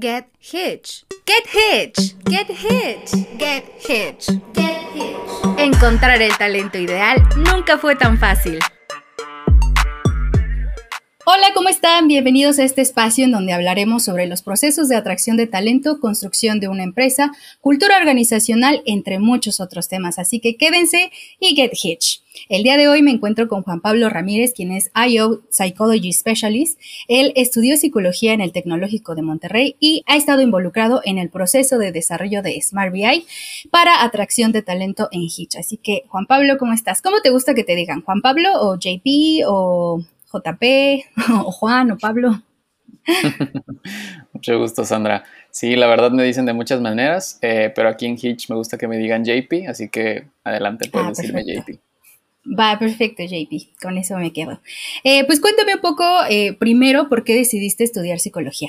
Get Hitch. Get Hitch. Get Hitch. Get Hitch. Get Hitch. Encontrar el talento ideal nunca fue tan fácil. Hola, ¿cómo están? Bienvenidos a este espacio en donde hablaremos sobre los procesos de atracción de talento, construcción de una empresa, cultura organizacional, entre muchos otros temas. Así que quédense y get hitch. El día de hoy me encuentro con Juan Pablo Ramírez, quien es IO Psychology Specialist. Él estudió psicología en el Tecnológico de Monterrey y ha estado involucrado en el proceso de desarrollo de Smart BI para atracción de talento en Hitch. Así que, Juan Pablo, ¿cómo estás? ¿Cómo te gusta que te digan? ¿Juan Pablo o JP o JP o Juan o Pablo? Mucho gusto, Sandra. Sí, la verdad me dicen de muchas maneras, pero aquí en Hitch me gusta que me digan JP, así que adelante puedes decirme JP. Va, perfecto, JP, con eso me quedo. Pues cuéntame un poco, primero, ¿por qué decidiste estudiar psicología?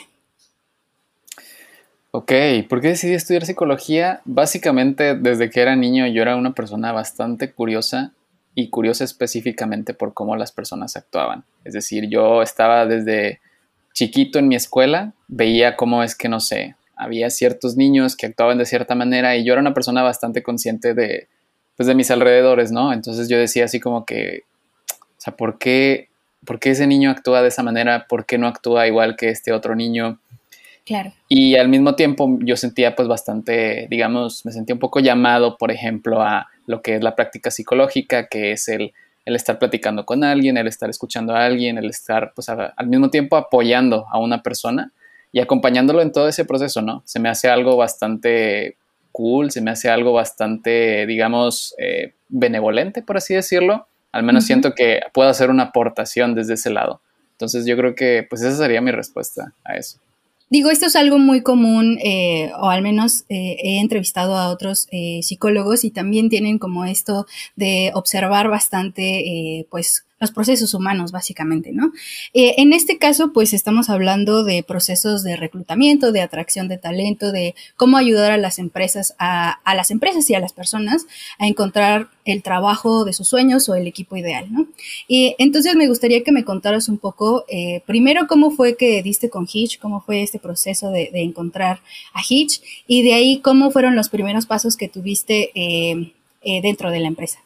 Ok, ¿por qué decidí estudiar psicología? Básicamente, desde que era niño yo era una persona bastante curiosa y curiosa específicamente por cómo las personas actuaban. Es decir, yo estaba desde chiquito en mi escuela, veía cómo es que, no sé, había ciertos niños que actuaban de cierta manera y yo era una persona bastante consciente de, pues, de mis alrededores, ¿no? Entonces yo decía así como que, o sea, ¿por qué ese niño actúa de esa manera? ¿Por qué no actúa igual que este otro niño? Claro. Y al mismo tiempo yo sentía pues bastante, digamos, me sentía un poco llamado, por ejemplo, a lo que es la práctica psicológica, que es el estar platicando con alguien, el estar escuchando a alguien, el estar pues al mismo tiempo apoyando a una persona y acompañándolo en todo ese proceso, ¿no? Se me hace algo bastante cool, se me hace algo bastante, digamos, benevolente, por así decirlo. Al menos siento que puedo hacer una aportación desde ese lado. Entonces yo creo que pues esa sería mi respuesta a eso. Digo, esto es algo muy común, o al menos he entrevistado a otros psicólogos y también tienen como esto de observar bastante, pues, los procesos humanos, básicamente, ¿no? En este caso, pues, estamos hablando de procesos de reclutamiento, de atracción de talento, de cómo ayudar a las empresas, a las empresas y a las personas a encontrar el trabajo de sus sueños o el equipo ideal, ¿no? Y entonces me gustaría que me contaras un poco, primero, cómo fue que diste con Hitch, cómo fue este proceso de encontrar a Hitch y de ahí cómo fueron los primeros pasos que tuviste dentro de la empresa.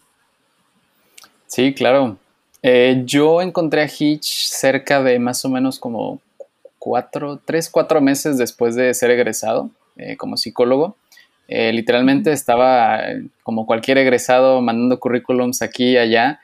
Sí, claro. Yo encontré a Hitch cerca de más o menos como 4 meses después de ser egresado como psicólogo. Literalmente estaba como cualquier egresado mandando currículums aquí y allá.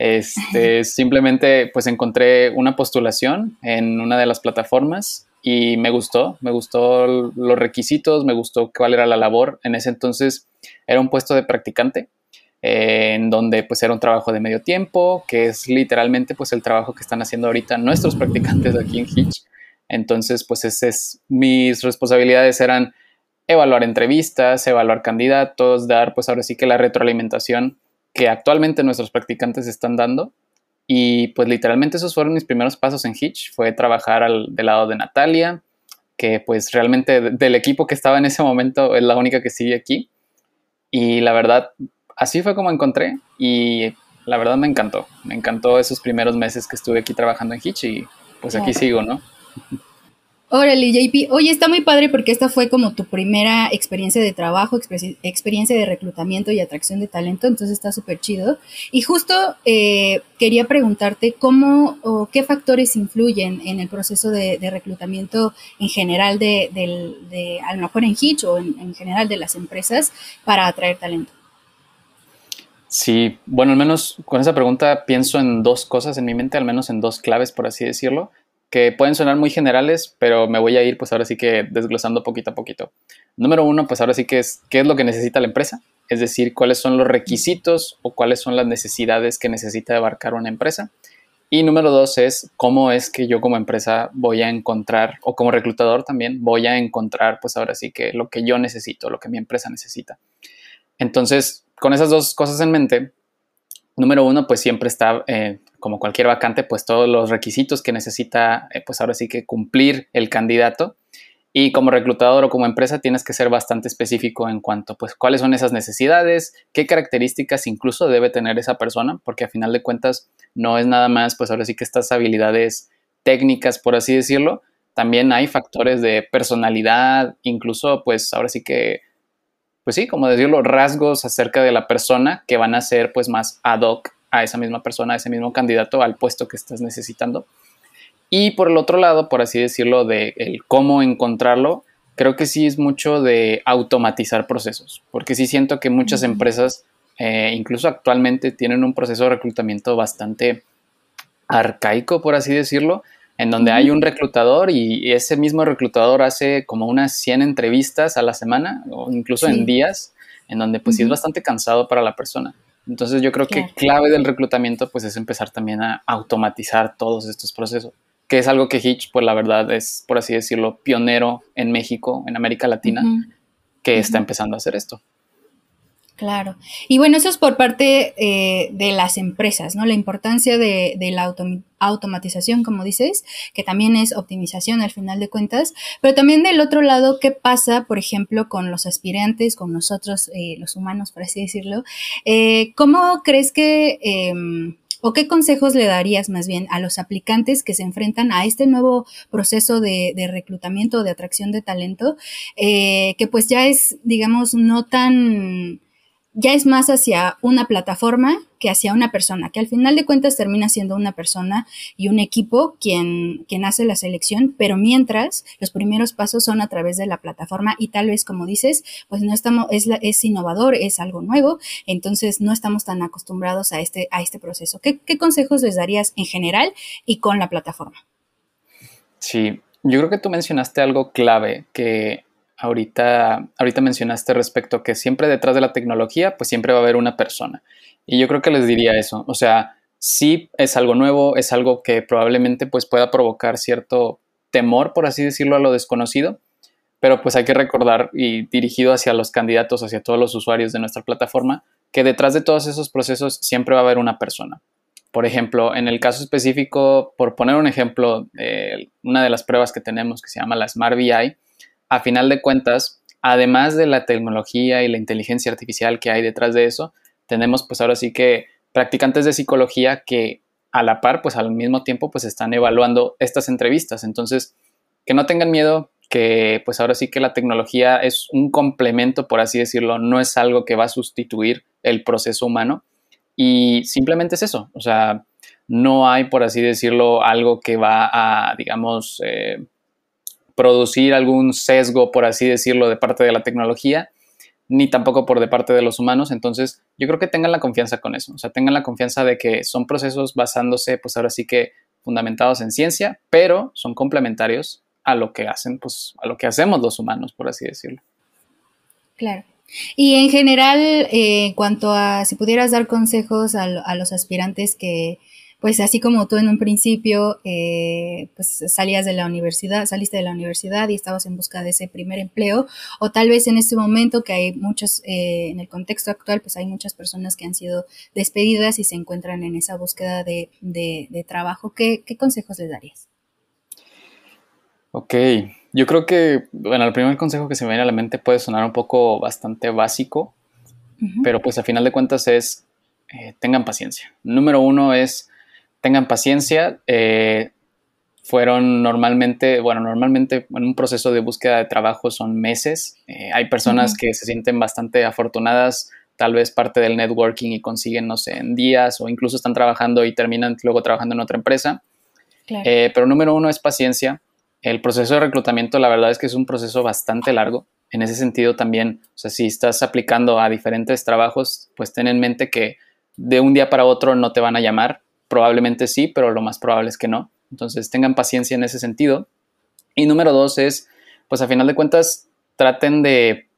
Simplemente pues encontré una postulación en una de las plataformas y me gustó los requisitos, me gustó cuál era la labor. En ese entonces era un puesto de practicante, en donde pues era un trabajo de medio tiempo, que es literalmente pues el trabajo que están haciendo ahorita nuestros practicantes aquí en Hitch. Entonces pues mis responsabilidades eran evaluar entrevistas, evaluar candidatos, dar pues ahora sí que la retroalimentación que actualmente nuestros practicantes están dando. Y pues literalmente esos fueron mis primeros pasos en Hitch, fue trabajar del lado de Natalia, que pues realmente del equipo que estaba en ese momento es la única que sigue aquí. Y la verdad, así fue como encontré y la verdad me encantó esos primeros meses que estuve aquí trabajando en Hitch y pues aquí sigo, ¿no? Órale, JP. Oye, está muy padre porque esta fue como tu primera experiencia de trabajo, experiencia de reclutamiento y atracción de talento, entonces está súper chido. Y justo quería preguntarte cómo o qué factores influyen en el proceso de reclutamiento en general a lo mejor en Hitch o en general de las empresas para atraer talento. Sí, bueno, al menos con esa pregunta pienso en dos cosas en mi mente, al menos en dos claves, por así decirlo, que pueden sonar muy generales, pero me voy a ir pues ahora sí que desglosando poquito a poquito. Número uno, pues ahora sí que es qué es lo que necesita la empresa, es decir, cuáles son los requisitos o cuáles son las necesidades que necesita abarcar una empresa. Y número dos es cómo es que yo como empresa voy a encontrar, o como reclutador también, voy a encontrar pues ahora sí que lo que yo necesito, lo que mi empresa necesita. Entonces, con esas dos cosas en mente, número uno, pues siempre está, como cualquier vacante, pues todos los requisitos que necesita, pues ahora sí que cumplir el candidato. Y como reclutador o como empresa tienes que ser bastante específico en cuanto, pues, cuáles son esas necesidades, qué características incluso debe tener esa persona, porque a final de cuentas no es nada más, pues ahora sí que estas habilidades técnicas, por así decirlo, también hay factores de personalidad, incluso pues ahora sí que, pues sí, como decirlo, rasgos acerca de la persona que van a ser pues más ad hoc a esa misma persona, a ese mismo candidato, al puesto que estás necesitando. Y por el otro lado, por así decirlo, de el cómo encontrarlo, creo que sí es mucho de automatizar procesos, porque sí siento que muchas empresas, incluso actualmente, tienen un proceso de reclutamiento bastante arcaico, por así decirlo, en donde hay un reclutador y ese mismo reclutador hace como unas 100 entrevistas a la semana o incluso en días, en donde pues sí es bastante cansado para la persona. Entonces yo creo que clave del reclutamiento pues es empezar también a automatizar todos estos procesos, que es algo que Hitch pues la verdad es, por así decirlo, pionero en México, en América Latina, que está empezando a hacer esto. Claro. Y bueno, eso es por parte de las empresas, ¿no? La importancia de la automatización, como dices, que también es optimización al final de cuentas, pero también del otro lado, ¿qué pasa, por ejemplo, con los aspirantes, con nosotros, los humanos, por así decirlo? ¿Cómo crees que... ¿O qué consejos le darías más bien a los aplicantes que se enfrentan a este nuevo proceso de reclutamiento, de atracción de talento, que pues ya es, digamos, no tan... ya es más hacia una plataforma que hacia una persona, que al final de cuentas termina siendo una persona y un equipo quien hace la selección, pero mientras los primeros pasos son a través de la plataforma y tal vez, como dices, pues no estamos, es innovador, es algo nuevo, entonces no estamos tan acostumbrados a este proceso. ¿Qué consejos les darías en general y con la plataforma? Sí, yo creo que tú mencionaste algo clave que ahorita mencionaste respecto a que siempre detrás de la tecnología, pues siempre va a haber una persona. Y yo creo que les diría eso. O sea, sí es algo nuevo, es algo que probablemente pues pueda provocar cierto temor, por así decirlo, a lo desconocido, pero pues hay que recordar y dirigido hacia los candidatos, hacia todos los usuarios de nuestra plataforma, que detrás de todos esos procesos siempre va a haber una persona. Por ejemplo, en el caso específico, por poner un ejemplo, una de las pruebas que tenemos que se llama la Smart BI, a final de cuentas, además de la tecnología y la inteligencia artificial que hay detrás de eso, tenemos pues ahora sí que practicantes de psicología que a la par, pues al mismo tiempo, pues están evaluando estas entrevistas. Entonces, que no tengan miedo, que pues ahora sí que la tecnología es un complemento, por así decirlo, no es algo que va a sustituir el proceso humano. Y simplemente es eso, o sea, no hay, por así decirlo, algo que va a, digamos, producir algún sesgo, por así decirlo, de parte de la tecnología, ni tampoco por de parte de los humanos. Entonces, yo creo que tengan la confianza con eso, o sea, tengan la confianza de que son procesos basándose, pues ahora sí que fundamentados en ciencia, pero son complementarios a lo que hacen, pues a lo que hacemos los humanos, por así decirlo. Claro. Y en general, en cuanto a si pudieras dar consejos a los aspirantes que, pues así como tú en un principio, pues saliste de la universidad y estabas en busca de ese primer empleo, o tal vez en este momento que hay muchos, en el contexto actual, pues hay muchas personas que han sido despedidas y se encuentran en esa búsqueda de trabajo, ¿qué consejos les darías? Ok, yo creo que, bueno, el primer consejo que se me viene a la mente puede sonar un poco bastante básico, pero pues al final de cuentas es, tengan paciencia. Número uno es, tengan paciencia. Normalmente en un proceso de búsqueda de trabajo son meses. Hay personas que se sienten bastante afortunadas, tal vez parte del networking y consiguen, no sé, en días o incluso están trabajando y terminan luego trabajando en otra empresa. Claro. Pero número uno es paciencia. El proceso de reclutamiento, la verdad es que es un proceso bastante largo. En ese sentido también, o sea, si estás aplicando a diferentes trabajos, pues ten en mente que de un día para otro no te van a llamar. Probablemente sí, pero lo más probable es que no. Entonces tengan paciencia en ese sentido. Y número dos es, pues a final de cuentas, traten de,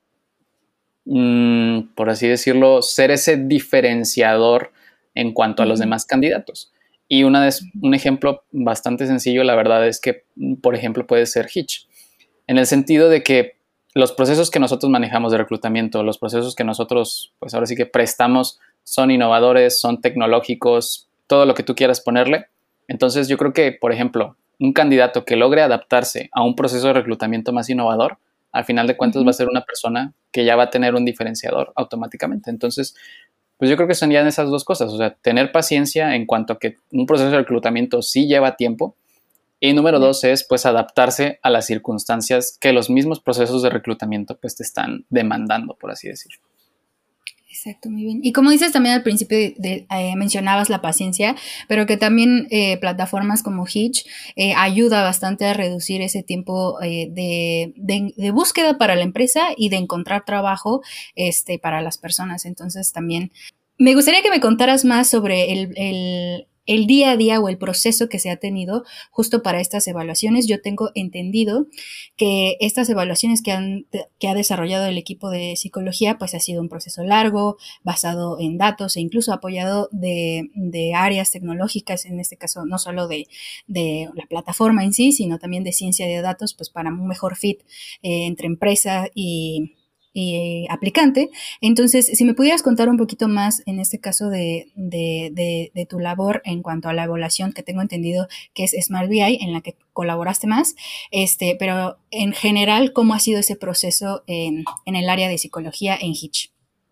por así decirlo, ser ese diferenciador en cuanto a los demás candidatos. Y un ejemplo bastante sencillo, la verdad es que, por ejemplo, puede ser Hitch. En el sentido de que los procesos que nosotros manejamos de reclutamiento, los procesos que nosotros, pues ahora sí que prestamos, son innovadores, son tecnológicos, todo lo que tú quieras ponerle. Entonces yo creo que, por ejemplo, un candidato que logre adaptarse a un proceso de reclutamiento más innovador, al final de cuentas va a ser una persona que ya va a tener un diferenciador automáticamente. Entonces, pues yo creo que son ya esas dos cosas, o sea, tener paciencia en cuanto a que un proceso de reclutamiento sí lleva tiempo Y número dos es pues adaptarse a las circunstancias que los mismos procesos de reclutamiento pues te están demandando, por así decirlo. Exacto, muy bien. Y como dices también al principio mencionabas la paciencia, pero que también plataformas como Hitch ayuda bastante a reducir ese tiempo de búsqueda para la empresa y de encontrar trabajo para las personas. Entonces también me gustaría que me contaras más sobre el día a día o el proceso que se ha tenido justo para estas evaluaciones. Yo tengo entendido que estas evaluaciones que ha desarrollado el equipo de psicología, pues ha sido un proceso largo, basado en datos e incluso apoyado de áreas tecnológicas, en este caso no solo de la plataforma en sí, sino también de ciencia de datos, pues para un mejor fit entre empresa y aplicante. Entonces, si me pudieras contar un poquito más en este caso de tu labor en cuanto a la evaluación, que tengo entendido que es Smart BI, en la que colaboraste más, pero en general, ¿cómo ha sido ese proceso en el área de psicología en Hitch?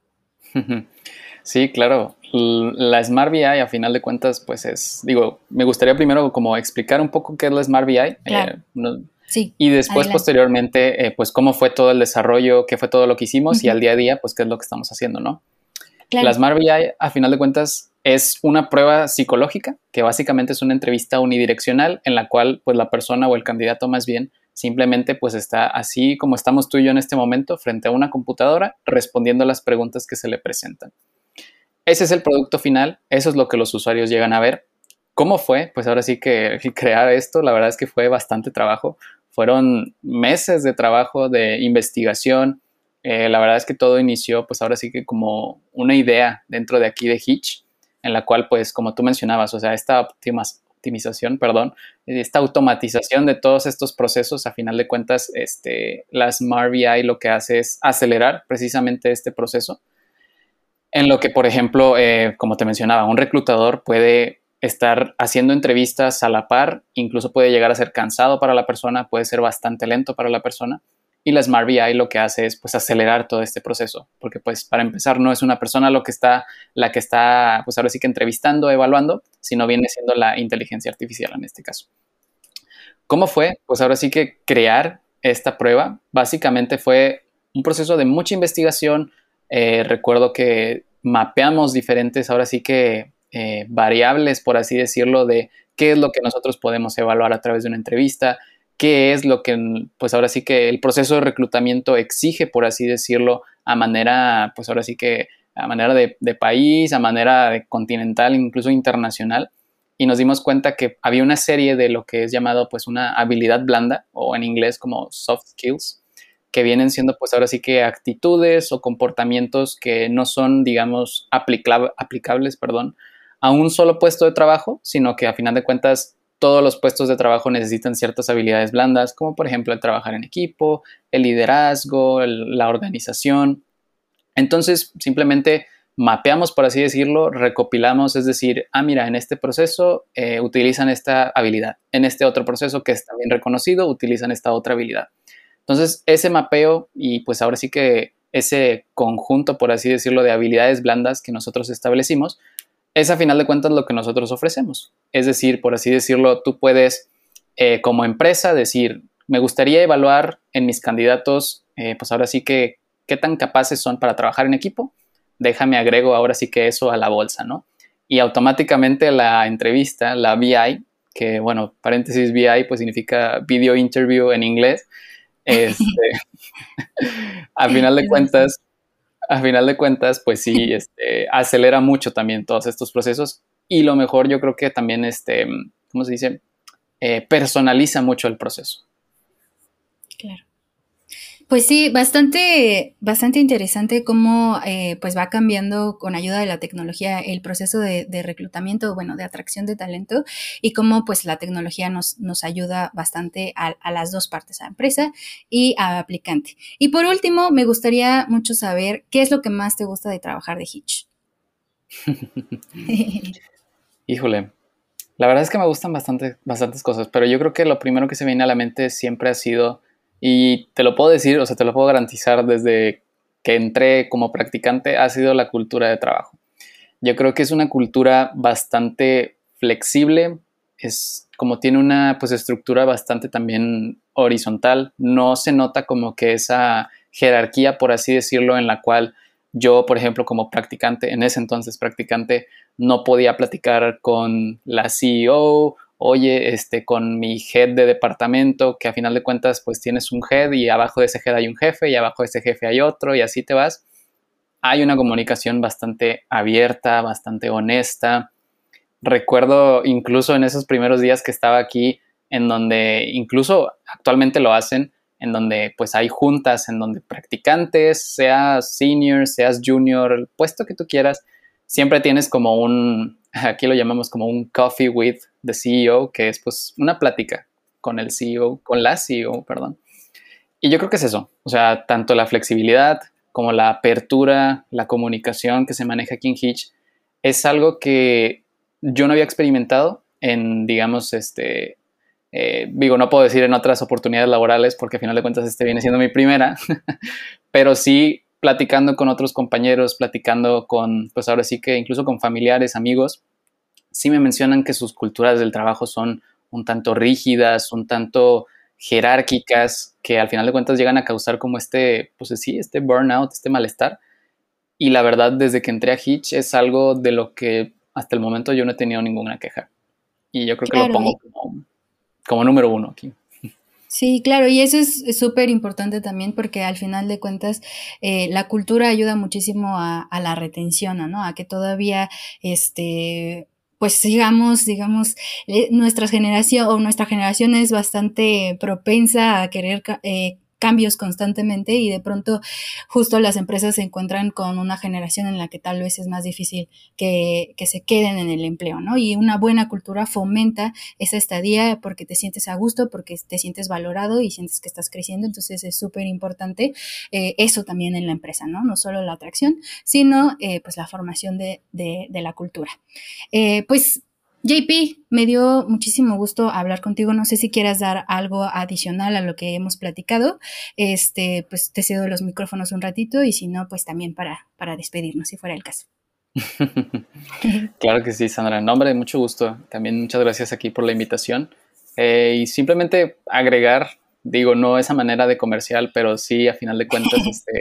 Sí, claro. La Smart BI, a final de cuentas, pues me gustaría primero como explicar un poco qué es la Smart BI. Claro. Sí, y después, adelante. Posteriormente, pues cómo fue todo el desarrollo, qué fue todo lo que hicimos y al día a día, pues qué es lo que estamos haciendo, ¿no? Claro. La Smart BI, a final de cuentas, es una prueba psicológica que básicamente es una entrevista unidireccional en la cual, pues la persona o el candidato más bien, simplemente pues está así como estamos tú y yo en este momento, frente a una computadora, respondiendo a las preguntas que se le presentan. Ese es el producto final, eso es lo que los usuarios llegan a ver. ¿Cómo fue? Pues ahora sí que crear esto, la verdad es que fue bastante trabajo. Fueron meses de trabajo, de investigación. La verdad es que todo inició, pues ahora sí que como una idea dentro de aquí de Hitch, en la cual, pues como tú mencionabas, o sea, esta optimización, perdón, esta automatización de todos estos procesos, a final de cuentas, la Smart BI lo que hace es acelerar precisamente este proceso. En lo que, por ejemplo, como te mencionaba, un reclutador puede estar haciendo entrevistas a la par, incluso puede llegar a ser cansado para la persona, puede ser bastante lento para la persona. Y la Smart BI lo que hace es pues acelerar todo este proceso, porque pues para empezar no es una persona la que está pues ahora sí que entrevistando, evaluando, sino viene siendo la inteligencia artificial en este caso. ¿Cómo fue? Pues ahora sí que crear esta prueba básicamente fue un proceso de mucha investigación. Recuerdo que mapeamos diferentes, ahora sí que variables, por así decirlo, de qué es lo que nosotros podemos evaluar a través de una entrevista, qué es lo que, pues ahora sí que el proceso de reclutamiento exige, por así decirlo, a manera, pues ahora sí que a manera de país, a manera de continental, incluso internacional. Y nos dimos cuenta que había una serie de lo que es llamado pues una habilidad blanda, o en inglés como soft skills, que vienen siendo pues ahora sí que actitudes o comportamientos que no son, digamos, aplicables, a un solo puesto de trabajo, sino que a final de cuentas todos los puestos de trabajo necesitan ciertas habilidades blandas, como por ejemplo el trabajar en equipo, el liderazgo, la organización. Entonces simplemente mapeamos, por así decirlo, recopilamos, es decir, mira, en este proceso utilizan esta habilidad, en este otro proceso que es también reconocido, utilizan esta otra habilidad. Entonces, ese mapeo y pues ahora sí que ese conjunto, por así decirlo, de habilidades blandas que nosotros establecimos, es a final de cuentas lo que nosotros ofrecemos. Es decir, por así decirlo, tú puedes como empresa decir, me gustaría evaluar en mis candidatos, pues ahora sí que qué tan capaces son para trabajar en equipo. Déjame agrego ahora sí que eso a la bolsa, ¿no? Y automáticamente la entrevista, la VI, que bueno, paréntesis VI pues significa Video Interview en inglés, a final de cuentas, pues sí, acelera mucho también todos estos procesos y lo mejor yo creo que también, ¿cómo se dice? Personaliza mucho el proceso. Claro. Pues sí, bastante interesante cómo pues va cambiando con ayuda de la tecnología el proceso de reclutamiento, bueno, de atracción de talento y cómo pues la tecnología nos ayuda bastante a las dos partes, a empresa y a aplicante. Y por último, me gustaría mucho saber qué es lo que más te gusta de trabajar de Hitch. Híjole, la verdad es que me gustan bastantes cosas, pero yo creo que lo primero que se viene a la mente siempre ha sido, y te lo puedo decir, o sea, te lo puedo garantizar desde que entré como practicante, ha sido la cultura de trabajo. Yo creo que es una cultura bastante flexible, es como tiene una pues estructura bastante también horizontal, no se nota como que esa jerarquía, por así decirlo, en la cual yo, por ejemplo, como practicante, en ese entonces practicante, no podía platicar con la CEO, oye, con mi head de departamento, que a final de cuentas pues tienes un head y abajo de ese head hay un jefe y abajo de ese jefe hay otro y así te vas. Hay una comunicación bastante abierta, bastante honesta. Recuerdo incluso en esos primeros días que estaba aquí, en donde incluso actualmente lo hacen, en donde pues hay juntas, en donde practicantes, seas senior, seas junior, el puesto que tú quieras, siempre tienes como aquí lo llamamos como un coffee with the CEO, que es pues una plática con el CEO, con la CEO, perdón. Y yo creo que es eso, o sea, tanto la flexibilidad como la apertura, la comunicación que se maneja aquí en Hitch, es algo que yo no había experimentado en, digamos, digo, no puedo decir en otras oportunidades laborales porque al final de cuentas viene siendo mi primera, pero sí platicando con otros compañeros, platicando con, pues ahora sí que incluso con familiares, amigos, sí me mencionan que sus culturas del trabajo son un tanto rígidas, un tanto jerárquicas, que al final de cuentas llegan a causar como pues sí, burnout, malestar. Y la verdad, desde que entré a Hitch es algo de lo que hasta el momento yo no he tenido ninguna queja. Y yo creo que lo pongo como número uno aquí. Sí, claro, y eso es súper importante también porque al final de cuentas la cultura ayuda muchísimo a la retención, ¿no? A que todavía pues sigamos, digamos, nuestra generación es bastante propensa a querer cambios constantemente y de pronto justo las empresas se encuentran con una generación en la que tal vez es más difícil que se queden en el empleo, ¿no? Y una buena cultura fomenta esa estadía porque te sientes a gusto, porque te sientes valorado y sientes que estás creciendo, entonces es súper importante eso también en la empresa, ¿no? No solo la atracción, sino pues la formación de la cultura. Pues JP, me dio muchísimo gusto hablar contigo. No sé si quieras dar algo adicional a lo que hemos platicado. Pues te cedo los micrófonos un ratito y si no, pues también para despedirnos, si fuera el caso. Claro que sí, Sandra. No, hombre, mucho gusto. También muchas gracias aquí por la invitación. Y simplemente agregar, digo, no esa manera de comercial, pero sí, a final de cuentas,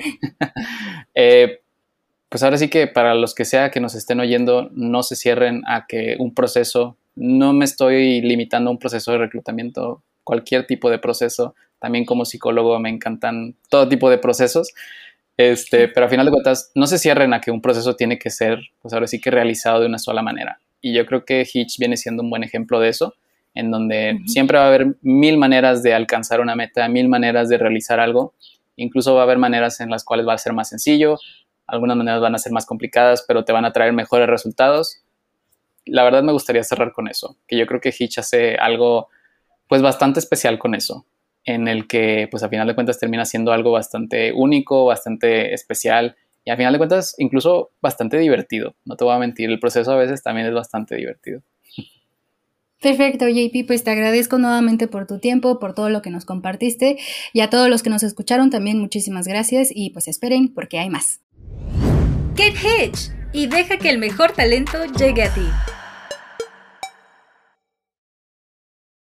pues ahora sí que para los que sea que nos estén oyendo, no se cierren a que un proceso, no me estoy limitando a un proceso de reclutamiento, cualquier tipo de proceso, también como psicólogo me encantan todo tipo de procesos, pero a final de cuentas no se cierren a que un proceso tiene que ser, pues ahora sí que realizado de una sola manera. Y yo creo que Hitch viene siendo un buen ejemplo de eso, en donde siempre va a haber 1000 maneras de alcanzar una meta, 1000 maneras de realizar algo, incluso va a haber maneras en las cuales va a ser más sencillo, algunas maneras van a ser más complicadas, pero te van a traer mejores resultados. La verdad me gustaría cerrar con eso, que yo creo que Hitch hace algo pues bastante especial con eso, en el que pues a final de cuentas termina siendo algo bastante único, bastante especial y a final de cuentas incluso bastante divertido. No te voy a mentir, el proceso a veces también es bastante divertido. Perfecto, JP, pues te agradezco nuevamente por tu tiempo, por todo lo que nos compartiste y a todos los que nos escucharon también muchísimas gracias y pues esperen porque hay más. Get Hitch y deja que el mejor talento llegue a ti.